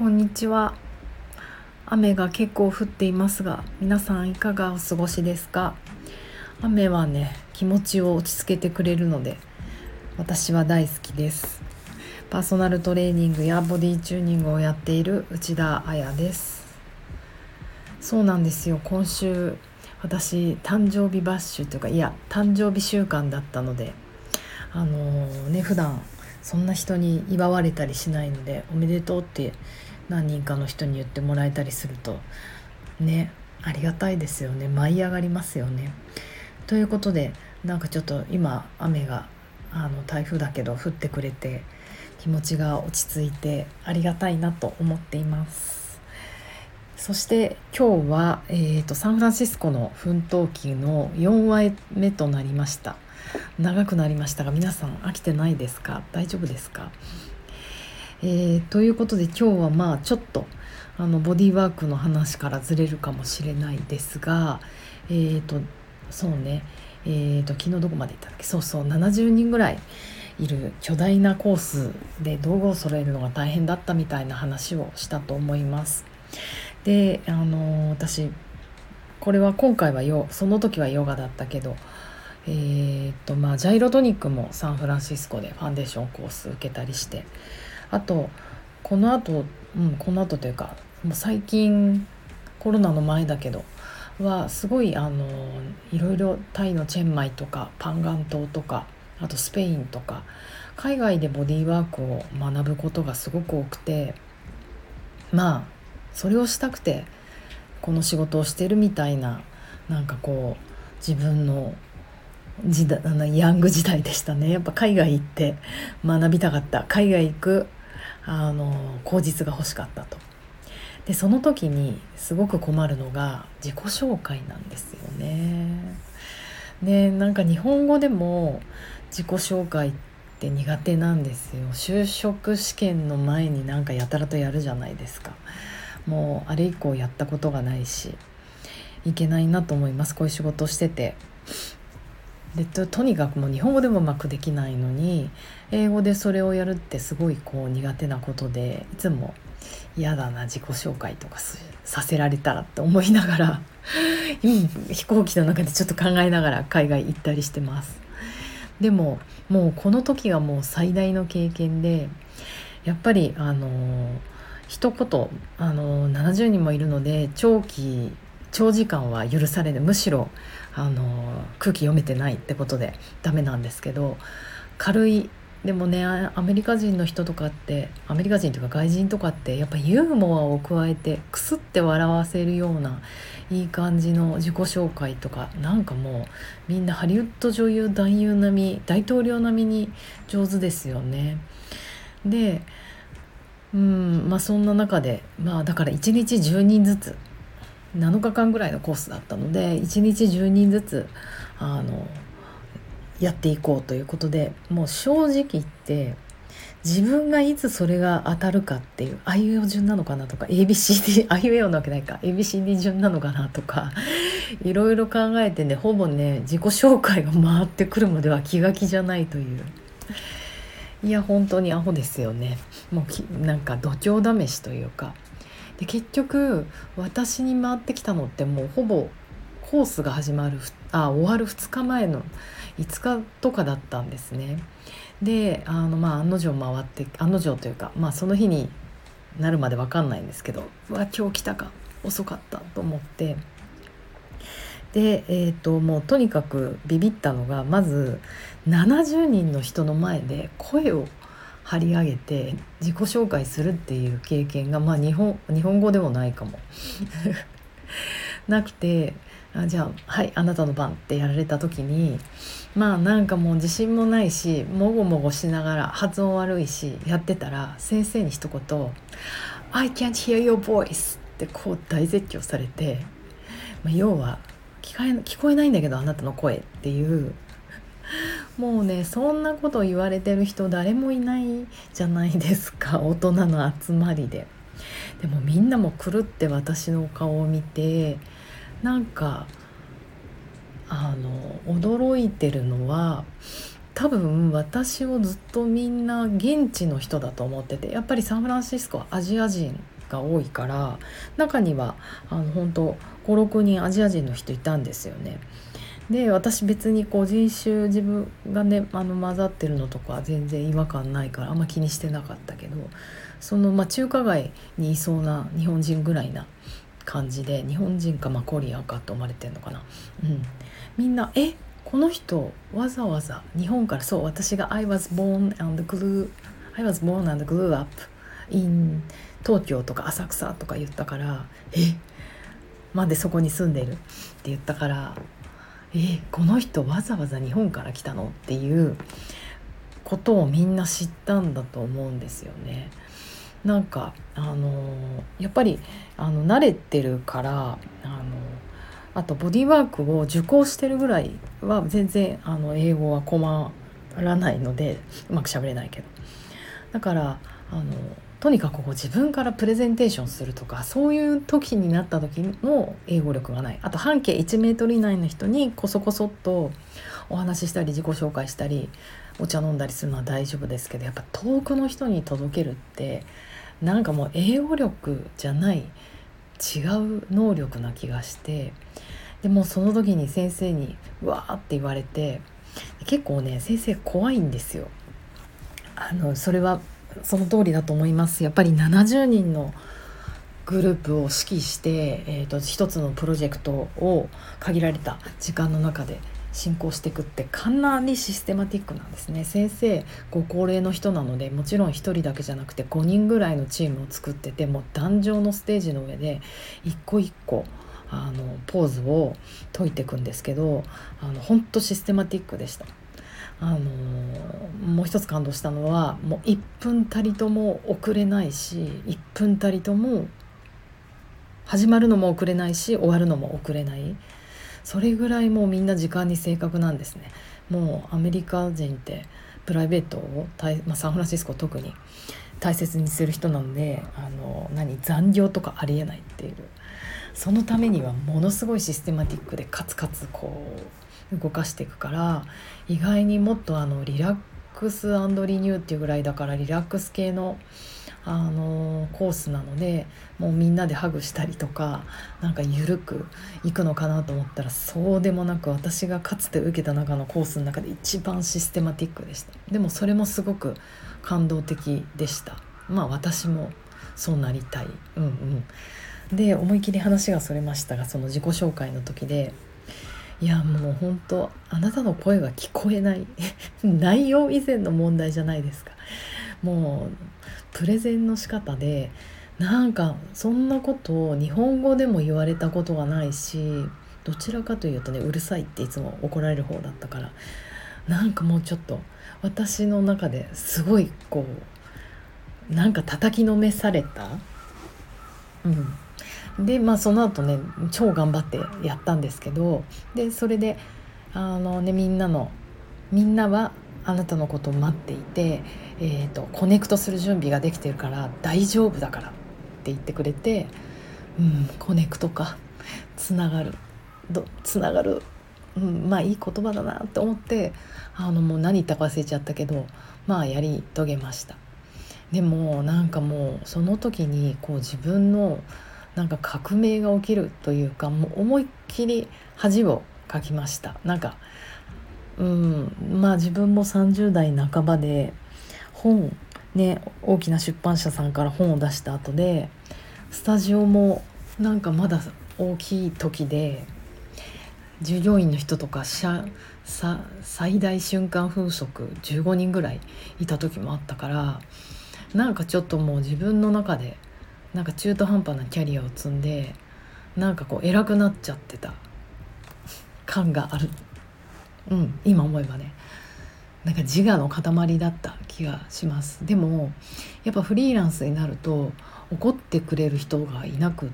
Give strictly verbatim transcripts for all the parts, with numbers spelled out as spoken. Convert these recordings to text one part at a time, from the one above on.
こんにちは。雨が結構降っていますが、皆さんいかがお過ごしですか？雨はね、気持ちを落ち着けてくれるので、私は大好きです。パーソナルトレーニングやボディチューニングをやっている内田彩です。そうなんですよ。今週、私、誕生日バッシュというか、いや、誕生日週間だったので、あのー、ね、普段そんな人に祝われたりしないので、おめでとうって何人かの人に言ってもらえたりするとね、ありがたいですよね。舞い上がりますよね。ということで、なんかちょっと今雨があの台風だけど降ってくれて、気持ちが落ち着いてありがたいなと思っています。そして今日は、えーと、サンフランシスコの奮闘記のよんわめとなりました。長くなりましたが、皆さん飽きてないですか？大丈夫ですか？えー、ということで今日はまあちょっとあのボディーワークの話からずれるかもしれないですが、えーとそうねえーと昨日どこまで行ったっけ？そうそう、ななじゅうにんぐらいいる巨大なコースで道具を揃えるのが大変だったみたいな話をしたと思います。で、あのー私これは今回はヨその時はヨガだったけど、えーとまあ、ジャイロトニックもサンフランシスコでファンデーションコース受けたりして、あとこの後、うん、この後というかもう最近コロナの前だけどはすごいあのいろいろタイのチェンマイとかパンガン島とか、あとスペインとか海外でボディーワークを学ぶことがすごく多くて、まあそれをしたくてこの仕事をしてるみたいな、なんかこう自分の時代、あのヤング時代でしたね。やっぱ海外行って学びたかった、海外行くあの口実が欲しかったと。でその時にすごく困るのが自己紹介なんですよね。でなんか日本語でも自己紹介って苦手なんですよ。就職試験の前になんかやたらとやるじゃないですか。もうあれ以降やったことがないしいけないなと思います。こういう仕事をしてて、で と, とにかくもう日本語でもうまくできないのに英語でそれをやるってすごいこう苦手なことで、いつも嫌だな自己紹介とかさせられたらって思いながら飛行機の中でちょっと考えながら海外行ったりしてます。でももうこの時がもう最大の経験で、やっぱりあの一言あのななじゅうにんもいるので長期長時間は許されない、むしろあの空気読めてないってことでダメなんですけど、軽いでもね、アメリカ人の人とかってアメリカ人というか外人とかってやっぱユーモアを加えてクスって笑わせるようないい感じの自己紹介とか、なんかもうみんなハリウッド女優男優並み大統領並みに上手ですよね。でうんまあそんな中で、まあだからいちにちじゅうにんずつなのかかんぐらいのコースだったので、いちにちじゅうにんずつあのやっていこうということで、もう正直言って自分がいつそれが当たるかっていう、あいうえお順なのかなとか エービーシーディー あいうえおなわけないか エービーシーディー 順なのかなとかいろいろ考えてね、ほぼね自己紹介が回ってくるまでは気が気じゃないという、いや本当にアホですよね。もうきなんか度胸試しというかで、結局私に回ってきたのってもうほぼコースが始まるあ終わるふつかまえのいつかとかだったんですね。であの、まあ、案の定回って案の定というか、まあ、その日になるまで分かんないんですけど、うわ今日来たか遅かったと思って、で、えーと、もうとにかくビビったのが、まずななじゅうにんの人の前で声を張り上げて自己紹介するっていう経験が、まあ、日本、日本語でもないかもなくて、あじゃあはいあなたの番ってやられた時に、まあなんかもう自信もないしもごもごしながら発音悪いしやってたら、先生に一言 I can't hear your voice ってこう大絶叫されて、まあ、要は聞こえ、聞こえないんだけどあなたの声っていう、もうねそんなこと言われてる人誰もいないじゃないですか、大人の集まりで。でもみんなも狂って私の顔を見て、なんかあの驚いてるのは、多分私をずっとみんな現地の人だと思ってて、やっぱりサンフランシスコはアジア人が多いから、中にはあの本当ごろくにんアジア人の人いたんですよね。で私別にこう人種自分がねあの混ざってるのとか全然違和感ないからあんま気にしてなかったけど、その、まあ、中華街にいそうな日本人ぐらいな感じで、日本人か、まあ、コリアンかと思われてるのかな、うん、みんなえこの人わざわざ日本から、そう私が I was born and grew I was born and grew up in 東京とか浅草とか言ったから、えまでそこに住んでるって言ったから、えこの人わざわざ日本から来たのっていうことをみんな知ったんだと思うんですよね。なんかあのやっぱりあの慣れてるから、あのあとボディワークを受講してるぐらいは全然あの英語は困らないので、うまく喋れないけど、だからあのとにかくこう自分からプレゼンテーションするとか、そういう時になった時の英語力がない。あと半径いちメートル以内の人にこそこそっとお話ししたり自己紹介したりお茶飲んだりするのは大丈夫ですけど、やっぱ遠くの人に届けるってなんかもう英語力じゃない違う能力な気がして、でもその時に先生にうわーって言われて、結構ね先生怖いんですよ。あのそれはその通りだと思います。やっぱりななじゅうにんのグループを指揮して、えーと、一つのプロジェクトを限られた時間の中で進行していくってかなりシステマティックなんですね。先生ご高齢の人なので、もちろんひとりだけじゃなくてごにんぐらいのチームを作ってて、もう壇上のステージの上で一個一個あのポーズを解いていくんですけど、あの本当システマティックでした。あのもう一つ感動したのは、もういっぷんたりとも遅れないし、いっぷんたりとも始まるのも遅れないし終わるのも遅れない、それぐらいもうみんな時間に正確なんですね。もうアメリカ人ってプライベートを、まあ、サンフランシスコ特に大切にする人なので、あの何残業とかありえないっていう、そのためにはものすごいシステマティックでカツカツこう動かしていくから、意外にもっとあのリラックス&リニューっていうぐらいだからリラックス系のあのコースなので、もうみんなでハグしたりとかなんか緩くいくのかなと思ったら、そうでもなく、私がかつて受けた中のコースの中で一番システマティックでした。でもそれもすごく感動的でした。まあ私もそうなりたい、うんうん。で思い切り話がそれましたが、その自己紹介の時で、いやもう本当あなたの声が聞こえない内容以前の問題じゃないですか。もうプレゼンの仕方で、なんかそんなことを日本語でも言われたことがないし、どちらかというとねうるさいっていつも怒られる方だったから、なんかもうちょっと私の中ですごいこうなんか叩きのめされた、うんでまあその後ね超頑張ってやったんですけど、でそれであのねみんなのみんなはあなたのことを待っていて、えーと、コネクトする準備ができてるから大丈夫だからって言ってくれて、うん、コネクトか、つながるどつながる、うん、まあいい言葉だなって思って、あのもう何言ったか忘れちゃったけど、まあやり遂げました。でもなんかもうその時にこう自分のなんか革命が起きるというか、もう思いっきり恥をかきました。なんかうん、まあ自分もさんじゅう代半ばで本ね、大きな出版社さんから本を出した後で、スタジオもなんかまだ大きい時で、従業員の人とか社さ最大瞬間風速じゅうごにんぐらいいた時もあったから、なんかちょっともう自分の中でなんか中途半端なキャリアを積んで、なんかこう偉くなっちゃってた感がある。うん、今思えばね、なんか自我の塊だった気がします。でもやっぱフリーランスになると怒ってくれる人がいなくって、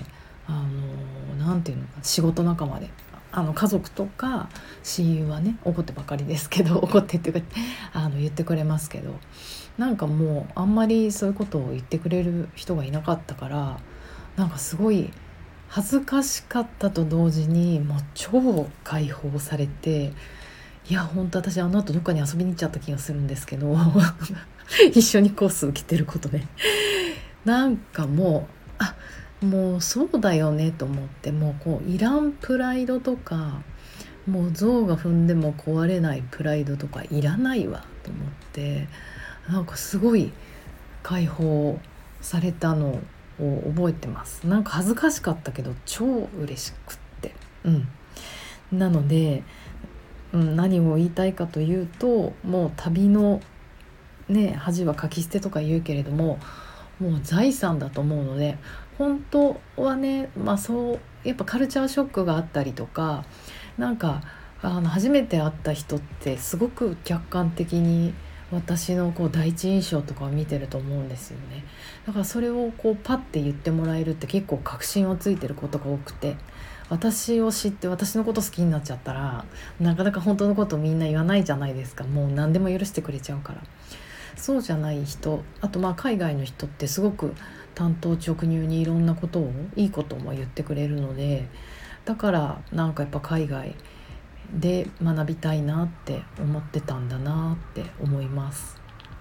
あのなんていうのか、仕事仲間であの家族とか親友はね怒ってばかりですけど、怒ってっていうかあの言ってくれますけど、なんかもうあんまりそういうことを言ってくれる人がいなかったから、なんかすごい恥ずかしかったと同時にもう超解放されて、いや本当私あの後どっかに遊びに行っちゃった気がするんですけど一緒にコース受けてることねなんかもうあもうそうだよねと思って、もうこういらんプライドとか、もう象が踏んでも壊れないプライドとかいらないわと思って、なんかすごい解放されたのを覚えてます。なんか恥ずかしかったけど超嬉しくって、うんなので、うん、何を言いたいかというと、もう旅のね恥はかき捨てとか言うけれども、もう財産だと思うので、本当はね、まあそうやっぱカルチャーショックがあったりとか、なんかあの初めて会った人ってすごく客観的に私のこう第一印象とかを見てると思うんですよね。だからそれをこうパッて言ってもらえるって結構確信をついてることが多くて、私を知って私のこと好きになっちゃったらなかなか本当のことみんな言わないじゃないですか。もう何でも許してくれちゃうから。そうじゃない人、あとまあ海外の人ってすごく単刀直入にいろんなことをいいことも言ってくれるので、だからなんかやっぱ海外で学びたいなって思ってたんだなって思います。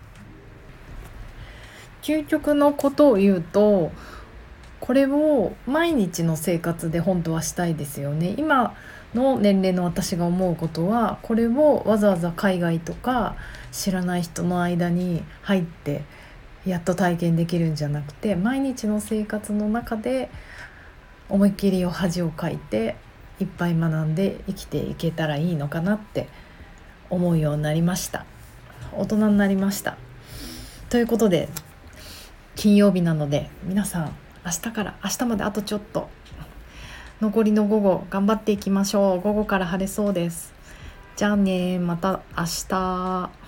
究極のことを言うと、これを毎日の生活で本当はしたいですよね。今の年齢の私が思うことは、これをわざわざ海外とか知らない人の間に入ってやっと体験できるんじゃなくて、毎日の生活の中で思いっきりお恥をかいていっぱい学んで生きていけたらいいのかなって思うようになりました。大人になりました。ということで、金曜日なので皆さん、明日から明日まであとちょっと、残りの午後頑張っていきましょう。午後から晴れそうです。じゃあね、また明日。